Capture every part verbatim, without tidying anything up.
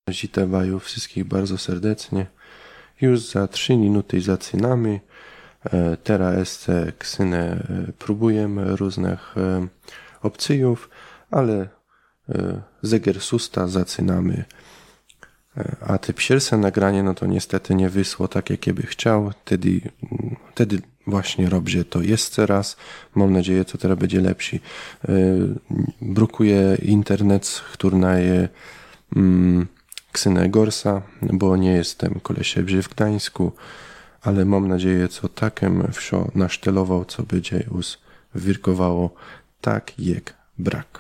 Witaję wszystkich bardzo serdecznie. Już za trzy minuty zaczynamy. Teraz jeszcze ksynę próbujemy różnych opcjów, ale zegar susta zaczynamy. A te pierwsze nagranie, no to niestety nie wyszło tak, jak by chciał. Wtedy, wtedy właśnie robię to jeszcze raz. Mam nadzieję, że teraz będzie lepszy. Brakuje internet, który daje mm, ksynę gorsa, bo nie jestem kolesiem w Gdańsku, ale mam nadzieję, że takem wsio nasztelował, co będzie już wirkowało tak, jak brak.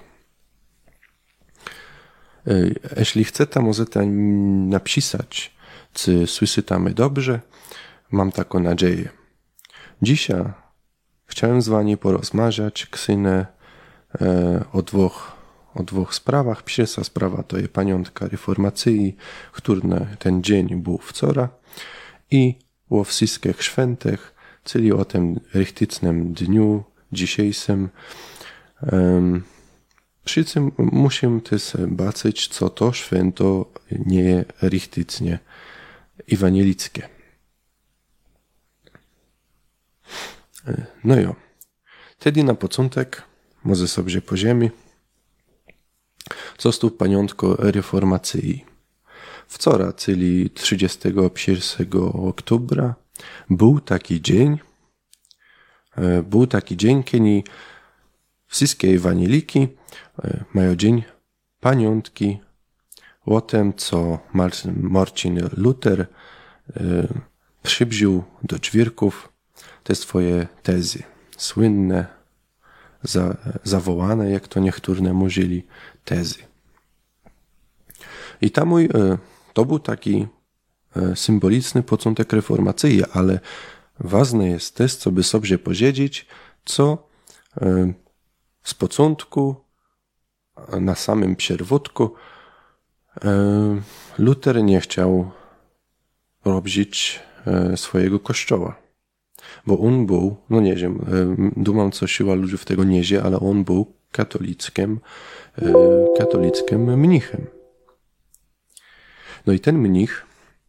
Jeśli chcecie, możecie napisać, czy słyszymy dobrze. Mam taką nadzieję. Dzisiaj chciałem z wami porozmawiać ksynę e, o dwóch o dwóch sprawach. Pierwsza sprawa to jest pamiątka reformacji, która ten dzień był wczoraj, i o wszystkich świętych, czyli o tym rychtycznym dniu dzisiejszym. Um, Przy tym musimy też baczyć, co to święto nie jest rychtycznie ewangelickie. No jo. Wtedy na początek, może sobie po ziemi, co tu pamiątko reformacji. Wczoraj, czyli trzydziestego pierwszego oktobra, był taki dzień, był taki dzień, kiedy wszystkie ewangeliki mają dzień pamiątki o tym, co Marcin Luther przywziął do ćwierków te swoje tezy, słynne, za, zawołane, jak to niektórzy mówili, tezy. I tam mój, to był taki symboliczny początek reformacji, ale ważne jest też, co by sobie powiedzieć, co z początku, na samym pierwotku, Luther nie chciał robić swojego kościoła. Bo on był, no nie wiem, dumam, co siła ludzi w tego nie wie, ale on był katolickim, katolickim mnichem. No i ten mnich,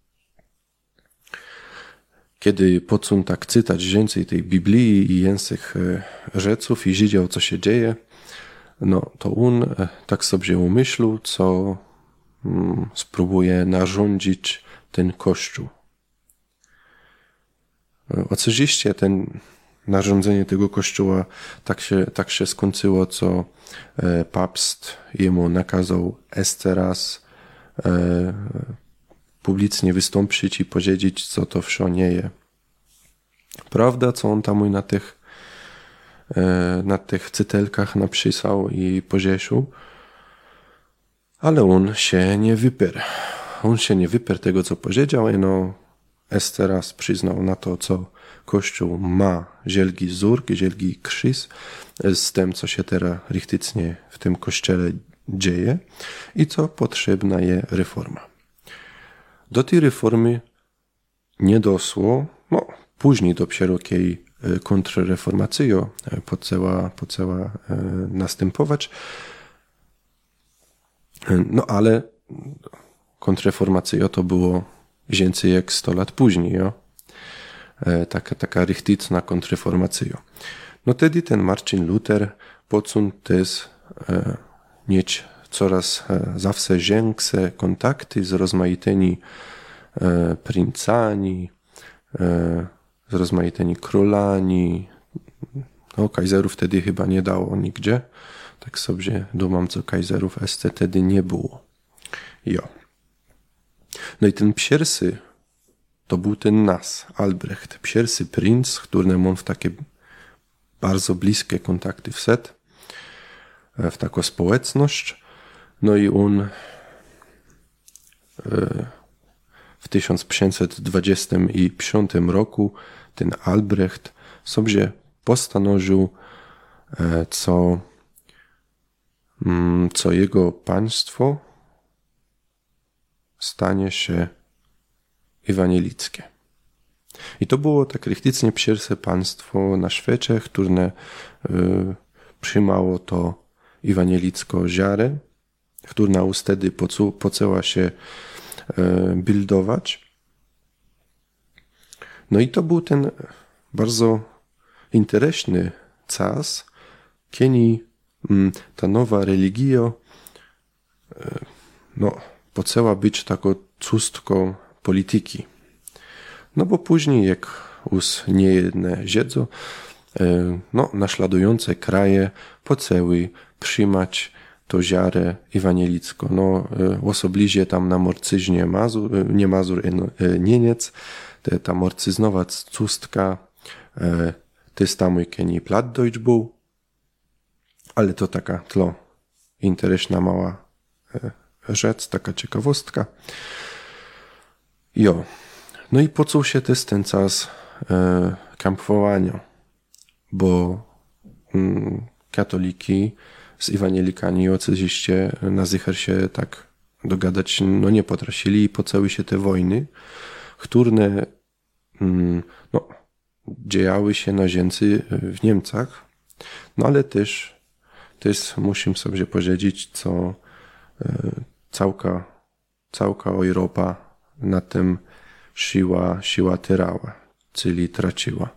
kiedy począł tak czytać więcej tej Biblii i język rzeców i wiedział, co się dzieje, no to on tak sobie umyślił, co mm, spróbuje narządzić ten kościół. Oczywiście ten narządzenie tego kościoła tak się, tak się skończyło, co e, papst jemu nakazał jeszcze raz e, publicznie wystąpić i powiedzieć, co to wsio nie je. Prawda, co on tam na tych e, na tych cytelkach napisał i powiesił, ale on się nie wypier. On się nie wypier tego, co powiedział, i no jeszcze raz przyznał na to, co Kościół ma, zielgi zurk, zielgi krzyż, z tym, co się teraz rychtycznie w tym kościele dzieje i co potrzebna jest reforma. Do tej reformy nie doszło, no później dopiero kiedy kontrreformacja poczęła, poczęła następować, no ale kontrreformacja to było więcej jak sto lat później, jo? Taka, taka rychtyczna kontrreformacja. No wtedy ten Marcin Luther począł też e, mieć coraz e, zawsze większe kontakty z rozmaitymi e, princami, e, z rozmaitymi królami. No, kajzerów wtedy chyba nie dało nigdzie. Tak sobie dumam, co kajzerów jeszcze wtedy nie było. Jo. No i ten pierwszy to był ten nas, Albrecht, pierwszy princ, z którym on w takie bardzo bliskie kontakty wszedł, w taką społeczność. No i on w tysiąc pięćset dwudziestym piątym roku, ten Albrecht, sobie postanowił, co, co jego państwo stanie się ewangelickie. I to było tak rychtycznie pierwsze państwo na świecie, które y, przyjmało to ewangelicką wiarę, która już wtedy poczęła się buildować. No i to był ten bardzo interesny czas, kiedy ta nowa religia no, poczęła być taką czustką polityki. No bo później, jak już niejedne ziedzą, no, naśladujące kraje poczęły przyjmować to ziarę ewangelicką. No, osobliwie tam na Morcyźnie Mazur, nie Mazur, Nieniec, ta morcyznowa czustka, to jest tam, kiedy Plattdeutsch był, ale to taka tlo interesna mała rzecz, taka ciekawostka. Jo. No i począł się też ten czas e, kampowania, bo mm, katoliki z ewangelikami oczywiście na zycher się tak dogadać no nie potrafili i poczęły się te wojny, które mm, no, dziejały się na ziemi w Niemcach, no ale też, też musimy sobie powiedzieć, co e, całka, całka Europa na tym siła, siła tyrała, czyli traciła.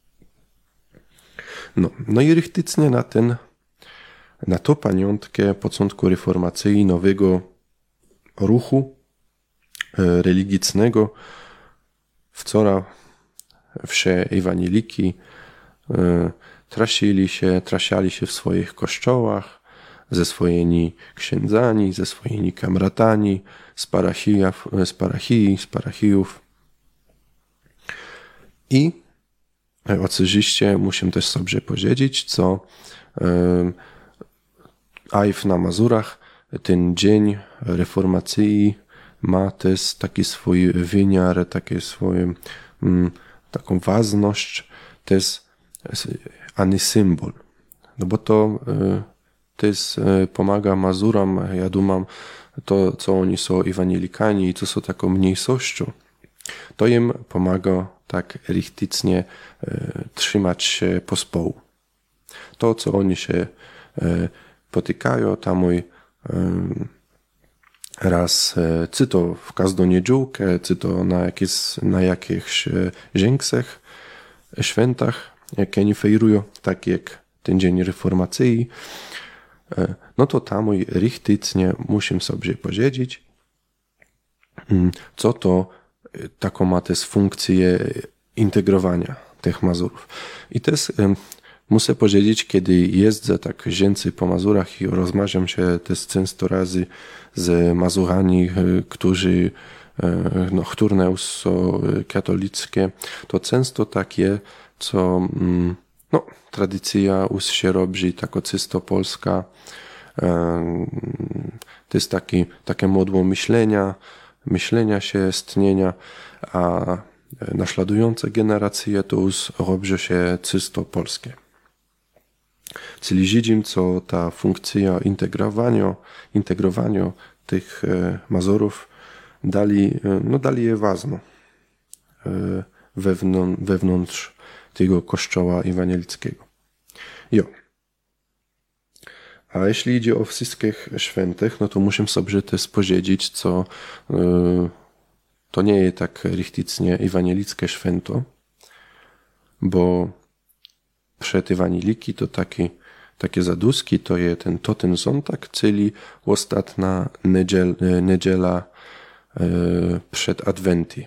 No, no i rychtycznie na ten, na to pamiątkę początku reformacji nowego ruchu e, religijnego wczoraj wsze ewangeliki e, trasili się, trasiali się w swoich kościołach ze swoimi księdzami, ze swoimi kamratami z parachijów, z parachii, z parachijów. I oczywiście musimy też sobie powiedzieć, co Ajw na Mazurach, ten dzień reformacji ma też taki swój wymiar, takie swoje, taką ważność, też ani symbol. No bo to też pomaga Mazurom, ja dumam, to co oni są ewangelikani i co są taką mniejszością, to im pomaga tak rychtycznie e, trzymać się pospołu. To, co oni się e, potykają, tam mój e, raz, e, czy to w każdą niedziałkę, czy to na, jakieś, na jakichś e, zięksach, e, świętach, jak oni fejrują, tak jak ten dzień reformacji, e, no to tam mój rychtycznie musimy sobie powiedzieć, co to taką ma też funkcję integrowania tych Mazurów. I też um, muszę powiedzieć, kiedy jeżdżę tak zięcy po Mazurach i rozmawiam się też często razy z Mazurami, którzy no, które są katolickie, to często takie, co no, tradycja us się robi, tako czysto polska, to jest taki, takie modło myślenia, myślenia się, stnienia, a naśladujące generacje to już robi się czysto polskie. Czyli widzimy, co ta funkcja integrowania, integrowania tych Mazurów dali, no dali je ważną wewnątrz, wewnątrz tego kościoła ewangelickiego. Jo. A jeśli idzie o wszystkich świętych, no to musimy sobie też powiedzieć, co yy, to nie jest tak rychtycznie ewangelickie święto, bo przed ewangeliki to taki, takie zaduski, to jest ten Toten Sonntag, czyli ostatnia niedziel, niedziela yy, przed Adwenty.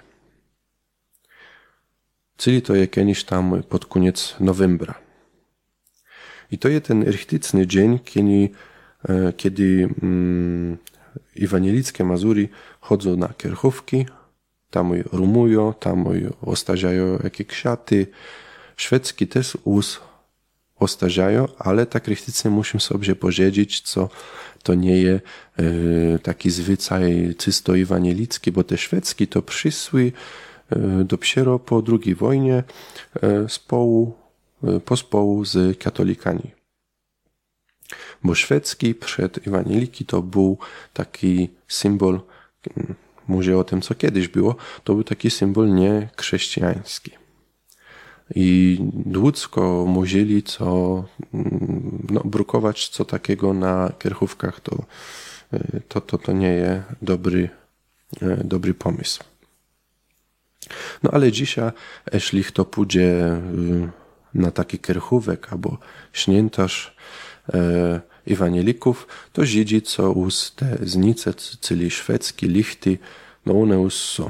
Czyli to jest kiedyś tam pod koniec nowembra. I to jest ten rychtyczny dzień, kiedy, kiedy um, ewangelickie Mazury chodzą na kierchówki, tam rumują, tam ostawiają jakieś kwiaty. Szwedzki też us ostawiają, ale tak rychtycznie musimy sobie powiedzieć, co to nie jest e, taki zwyczaj czysto ewangelicki, bo te szwedzki to przyszły e, dopiero po drugiej wojnie e, z połu pospołu z katolikami. Bo szwedzki przed ewangeliki to był taki symbol, mówię o tym, co kiedyś było, to był taki symbol niechrześcijański. I ludzko musieli co, no, brukować co takiego na kierchówkach, to to, to, to nie jest dobry, dobry pomysł. No ale dzisiaj, jeśli kto pójdzie na taki kerchówek albo śniętarz e, ewangelików, to widzi, co us te znice, czyli szwedzkie lichty, no one us są.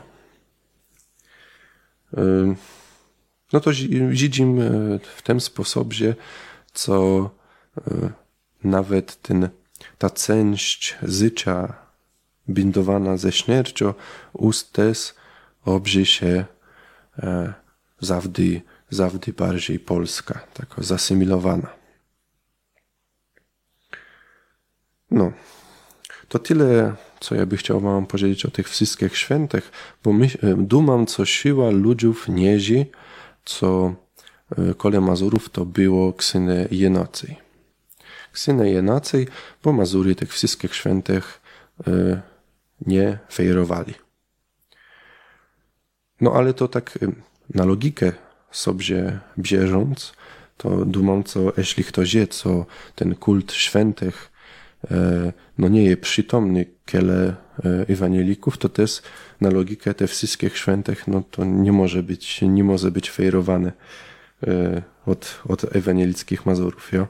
E, no to widzimy w tym sposobie, co e, nawet ten, ta część życia bindowana ze śmiercią us też obrzy się e, zawdy, zawdy bardziej polska, taka zasymilowana. No, to tyle, co ja bym chciał wam powiedzieć o tych wszystkich świętych, bo my, dumam, co siła ludziów niezi, co e, kole Mazurów to było ksynę jenacej. Ksynę jenacej, bo Mazury tych wszystkich świętych e, nie fejrowali. No ale to tak na logikę sobie bieżąc, to dumam, co jeśli ktoś wie, co ten kult świętych e, no nie jest przytomny kiele e, ewangelików, to też na logikę te wszystkich świętych, no to nie może być, nie może być fejrowane e, od, od ewangelickich Mazurów, jo?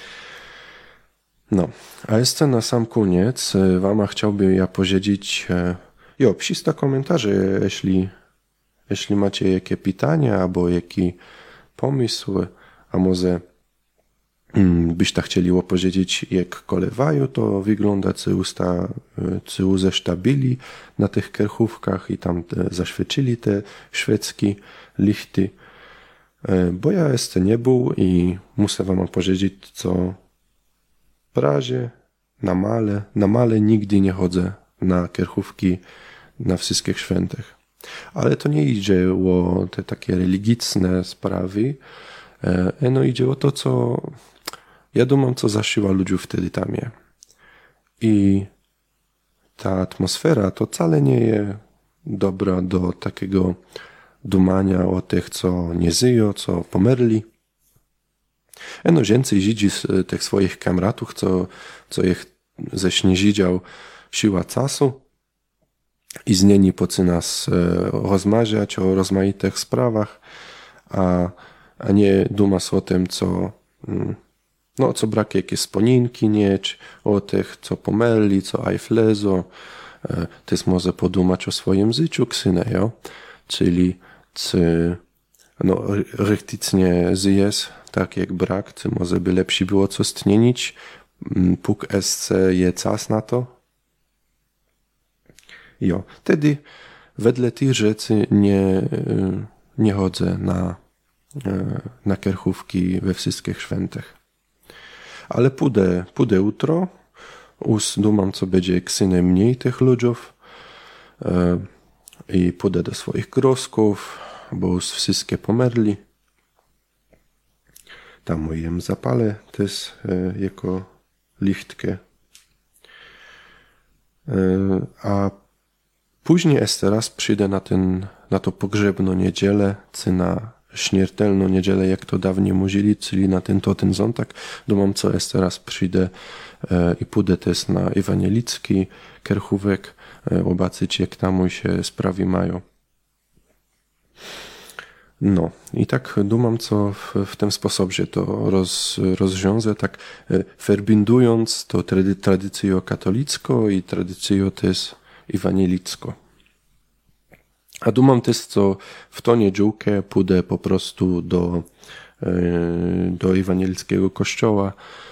No, a jeszcze na sam koniec e, wam chciałbym ja powiedzieć, e, jo, psista komentarze, jeśli Jeśli macie jakie pytania albo jaki pomysł, a może mm, byście chcieli opowiedzieć, jak kolewają, to wygląda, czy usta, czy uze sztabili na tych kerchówkach i tam te, zaświecili te szwedzkie lichty. Bo ja jeszcze nie był i muszę wam opowiedzieć, co w razie na male, na male nigdy nie chodzę na kerchówki na wszystkich świętych. Ale to nie idzie o te takie religijne sprawy, e, no idzie o to, co ja dumam, co zasiła ludzi wtedy tam je. I ta atmosfera to wcale nie jest dobra do takiego dumania o tych, co nie żyją, co pomerli. E no więcej widzi z tych swoich kamratów, co, co ich ze śniezidział siła czasu, i z nieni pocy nas e, rozmawiać o rozmaitych sprawach, a, a nie duma o tym, co, mm, no, co brak jakieś sponinki mieć, o tych, co pomerli, co ajflezo. E, też może podumać o swoim życiu ksynę, jo? Czyli czy no, rychtycznie żyjesz tak jak brak, czy może by lepsi było co stnienić, pók esce je czas na to. Jo, wtedy wedle tych rzeczy nie, nie chodzę na, na kerchówki we wszystkich świętych. Ale pójdę, pójdę jutro, us dumam, co będzie ksynę mniej tych ludziów e, i pójdę do swoich grosków, bo już wszystkie pomerli. Tam mojem zapalę też e, jako lichtkę. E, a później jeszcze raz przyjdę na, ten, na to pogrzebną niedzielę, czy na śmiertelną niedzielę, jak to dawniej mówili, czyli na ten to ten zontak. Dumam, co jeszcze raz przyjdę e, i pójdę też na ewangelicki kerchówek, e, obaczyć, jak tam się sprawy mają. No i tak dumam, co w, w tym sposobie to roz, rozwiążę, tak e, verbindując to trady, tradycję katolicką i tradycję też ewangelicko. A dumam też, co w tą niedziałkę pójdę po prostu do, do ewangelickiego kościoła,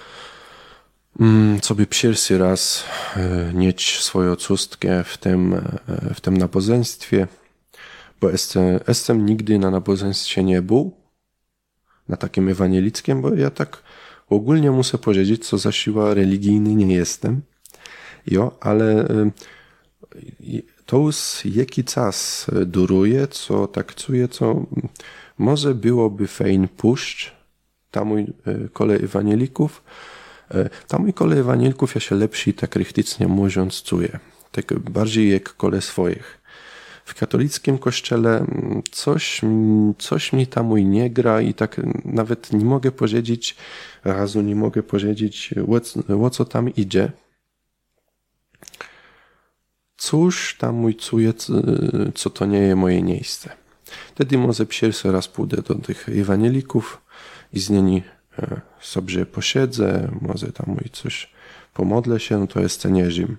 co by pierwszy raz mieć swoją custkę w tym, w tym nabożeństwie, bo jestem, jestem nigdy na nabożeństwie nie był, na takim ewangelickim, bo ja tak ogólnie muszę powiedzieć, co za siła religijny nie jestem, jo, ale to już jaki czas duruje, co tak czuje, co może byłoby fajn puść tam mój kole ewangelików. Tam mój kole ewangelików ja się lepszy tak rychtycznie mówiąc czuję. Tak bardziej jak kole swoich. W katolickim kościele coś, coś mi tam mój nie gra i tak nawet nie mogę powiedzieć, razu nie mogę powiedzieć, o, o co tam idzie. cóż tam mój cuje, co to nie jest moje miejsce. Wtedy może pierwszy raz pójdę do tych ewangelików i z nimi sobie posiedzę, może tam mój coś pomodlę się, no to jest cenierzim.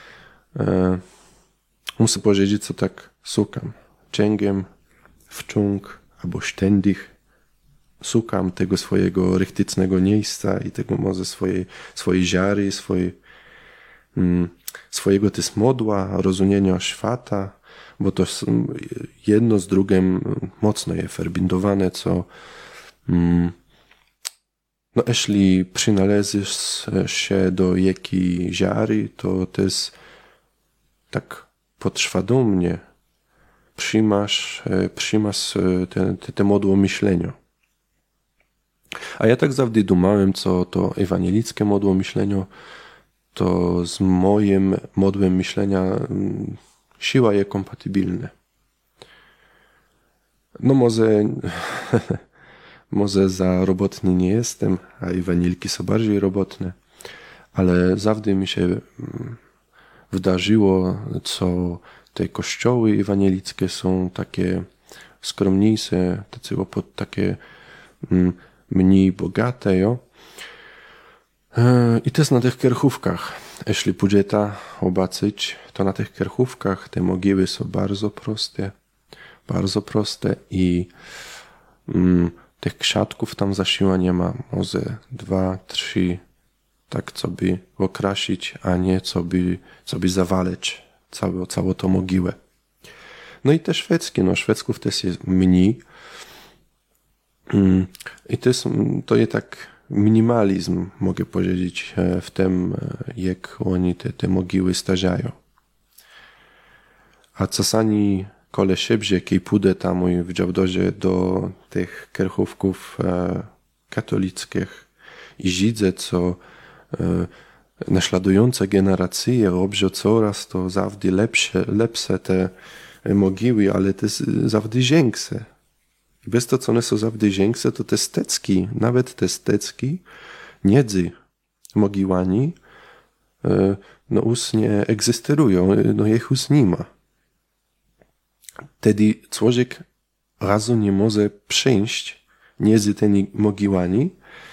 Muszę powiedzieć, co tak szukam. Ciągiem, wciąg albo ständig szukam tego swojego rychtycznego miejsca i tego może swojej, swojej ziary, swojej, mm, swojego też modła, rozumienia świata, bo to jedno z drugim mocno jest verbindowane, co mm, no jeśli przynależysz się do jakiej ziary, to też tak podświadomie przyjmasz, przyjmasz te, te, te modło myślenia. A ja tak zawsze dumałem, co to ewangelickie modło myślenia, to z moim modłem myślenia siła jest kompatybilna. No może, może za robotny nie jestem, a ewangeliki są bardziej robotne, ale zawsze mi się wydarzyło, co te kościoły ewangelickie są takie skromniejsze, takie mm, mniej bogate, jo? I też na tych kierchówkach, jeśli pójdzie ta obaczyć, to na tych kierchówkach te mogiły są bardzo proste, bardzo proste i mm, tych krzaczków tam za siła nie ma, może dwa, trzy, tak co by okrasić, a nie co by, co by zawaleć całą, całą tą mogiłę. No i te szwedzkie, no szwedzków też jest mniej. I to jest, to jest tak minimalizm, mogę powiedzieć, w tym, jak oni te, te mogiły stawiają. A czasami kole siebie, kiedy pójdę tam w Działdozie do tych kierchówków katolickich i widzę, co naśladujące generacje robią coraz to zawsze lepsze, lepsze te mogiły, ale też zawsze większe. I bez to, co one są zawsze większe, to te stecki, nawet te stecki, między mogiłami, no już nie egzystują, no ich już nie ma. Wtedy człowiek razu nie może przejść między tymi mogiłami,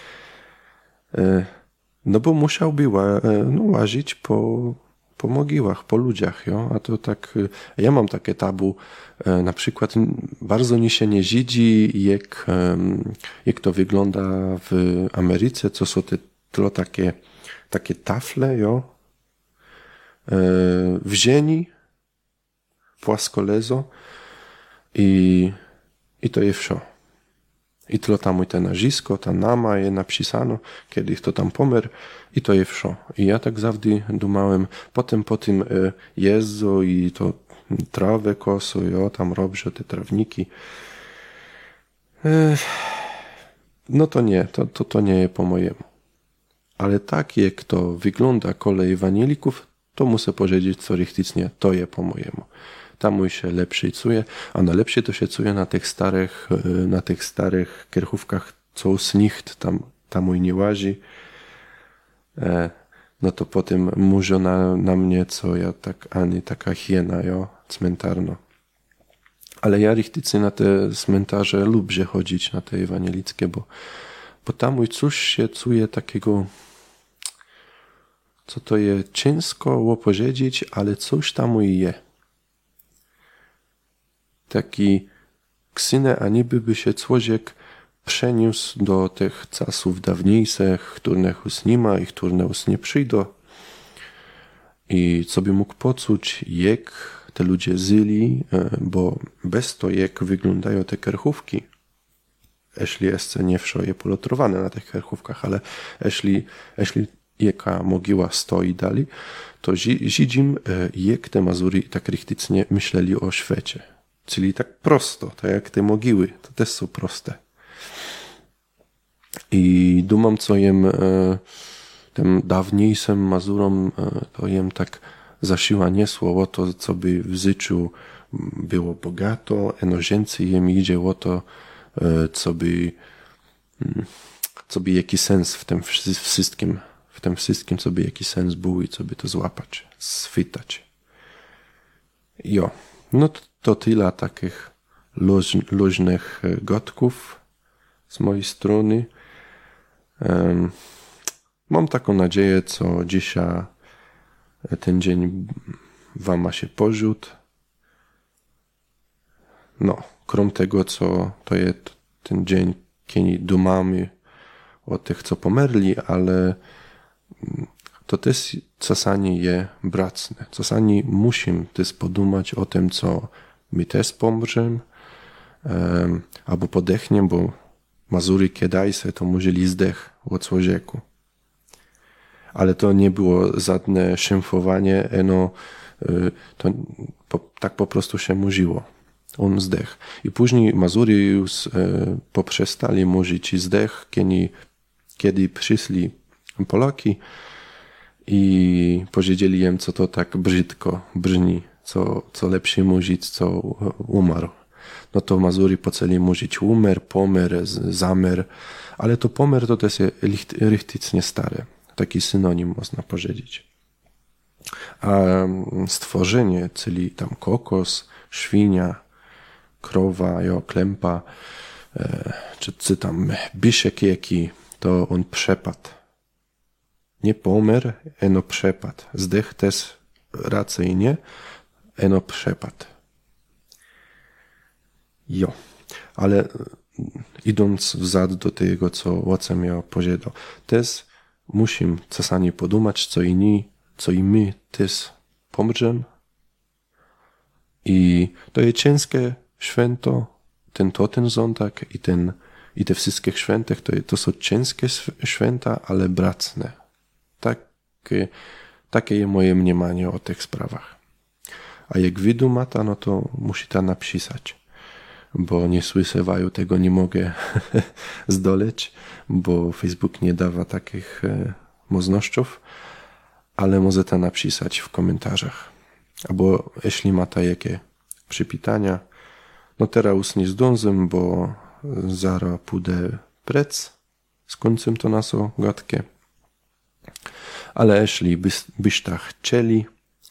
no bo musiałby no, łazić po, po mogiłach, po ludziach. Jo? A to tak, ja mam takie tabu, na przykład bardzo mi się nie zidzi, jak, jak to wygląda w Ameryce, co są te tlo takie, takie tafle, jo? W ziemi, płaskolezo i, i to jest wszystko. I tlo tam te nazwisko, ta nama je napisano, kiedy to tam pomer i to jest wszystko. I ja tak zawsze dumałem, potem po tym jeżdżą i to trawę kosą, jo, tam robią te trawniki. No to nie, to, to, to nie jest po mojemu. Ale tak jak to wygląda kolej ewangelików, to muszę powiedzieć, co rychtycznie to jest po mojemu. Tam mój się lepszy czuje, a najlepszy to się czuje na tych starych, na tych starych kierchówkach, co z nikt tam, tam mój nie łazi. E, no to potem mówią na, na mnie, co ja tak, ani taka hiena, jo, cmentarno. Ale ja rychtycznie na te cmentarze lubię chodzić, na te ewangelickie, bo, bo tam mój coś się czuje takiego, co to jest ciężko opowiedzieć, ale coś tam mój je. Taki ksynę, a niby by się człowiek przeniósł do tych czasów dawniejszych, których już nie ma i które już nie przyjdą. I co by mógł poczuć, jak te ludzie żyli, bo bez to, jak wyglądają te kierchówki, jeśli jeszcze nie wszystko jest polotrowane na tych kierchówkach, ale jeśli, jeśli jaka mogiła stoi dalej, to widzimy, jak te Mazury tak rychtycznie myśleli o świecie. Czyli tak prosto, tak jak te mogiły, to też są proste. I dumam, co jem e, tym dawniejszym Mazurom, e, to jem tak zasiła niesło o to, co by w życiu było bogato, enożęcy jem idzie o to, e, co by, co by jaki sens w tym wszystkim, w tym wszystkim, co by jaki sens był i co by to złapać, schwytać. Jo, no to, to tyle takich luź, luźnych gotków z mojej strony. Um, mam taką nadzieję, co dzisiaj ten dzień wam ma się pożył. No, krom tego, co to jest ten dzień, kiedy dumamy o tych, co pomerli, ale to też czasami jest bracne. Czasami musimy też podumać o tym, co my też pomrzemy, um, albo podechniem, bo Mazury kiedajse to musieli zdech od człowieku. Ale to nie było żadne szymfowanie, eno, to po, tak po prostu się mówiło. On zdech. I później Mazury już e, poprzestali mówić zdech, kiedy, kiedy przyszli Polaki i powiedzieli im, co to tak brzydko brzmi, co, co lepszy mówić, co umarł. No to Mazury poczęli mówić umer, pomer, zamer, ale to pomer to też jest rychtycznie stare. Taki synonim można powiedzieć. A stworzenie, czyli tam kokos, świnia, krowa, jo, klępa, e, czy, czy tam byszek jaki, to on przepadł. Nie pomer, eno przepadł. Zdech też raczej nie, eno przepadł. Jo, ale idąc wzad do tego, co ojcem ja powiedział, też musimy czasami podumać, co inni, co i my też pomrzemy. I to jest ciężkie święto, ten to ten zondag i, ten, i te wszystkie święte, to, to są ciężkie święta, ale bracne. Takie, takie jest moje mniemanie o tych sprawach. A jak wy dumata, no to musicie napisać. Bo nie słyszewaju, tego nie mogę zdoleć, bo Facebook nie dawa takich e, możliwościów, ale możecie napisać w komentarzach. Albo jeśli ma ta jakie przypitania, no teraz już nie zdążę, bo zaraz pójdę prec z końcem to naso gadkę. Ale jeśli byś, byś tak chcieli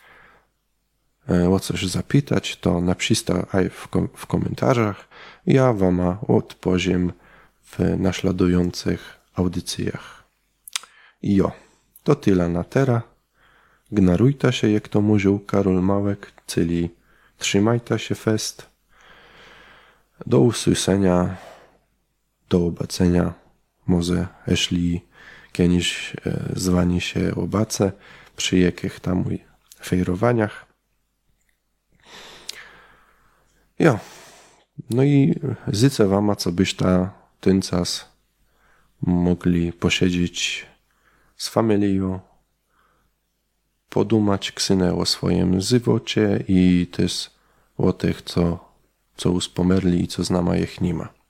o coś zapytać, to napiszcie w, kom w komentarzach. Ja wam odpowiem w naśladujących audycjach. I jo, to tyle na teraz. Gnarujta się, jak to mówił Karol Małek, czyli trzymajta się fest. Do usłyszenia, do obacenia. Może jeśli kiedyś z wami się obacę przy jakich tam fejrowaniach. Ja, no i życzę wam, co byś ta ten czas mogli posiedzieć z familią, podumać ksynę o swoim żywocie i też o tych, co, co już pomerli i co z nama ich nie ma.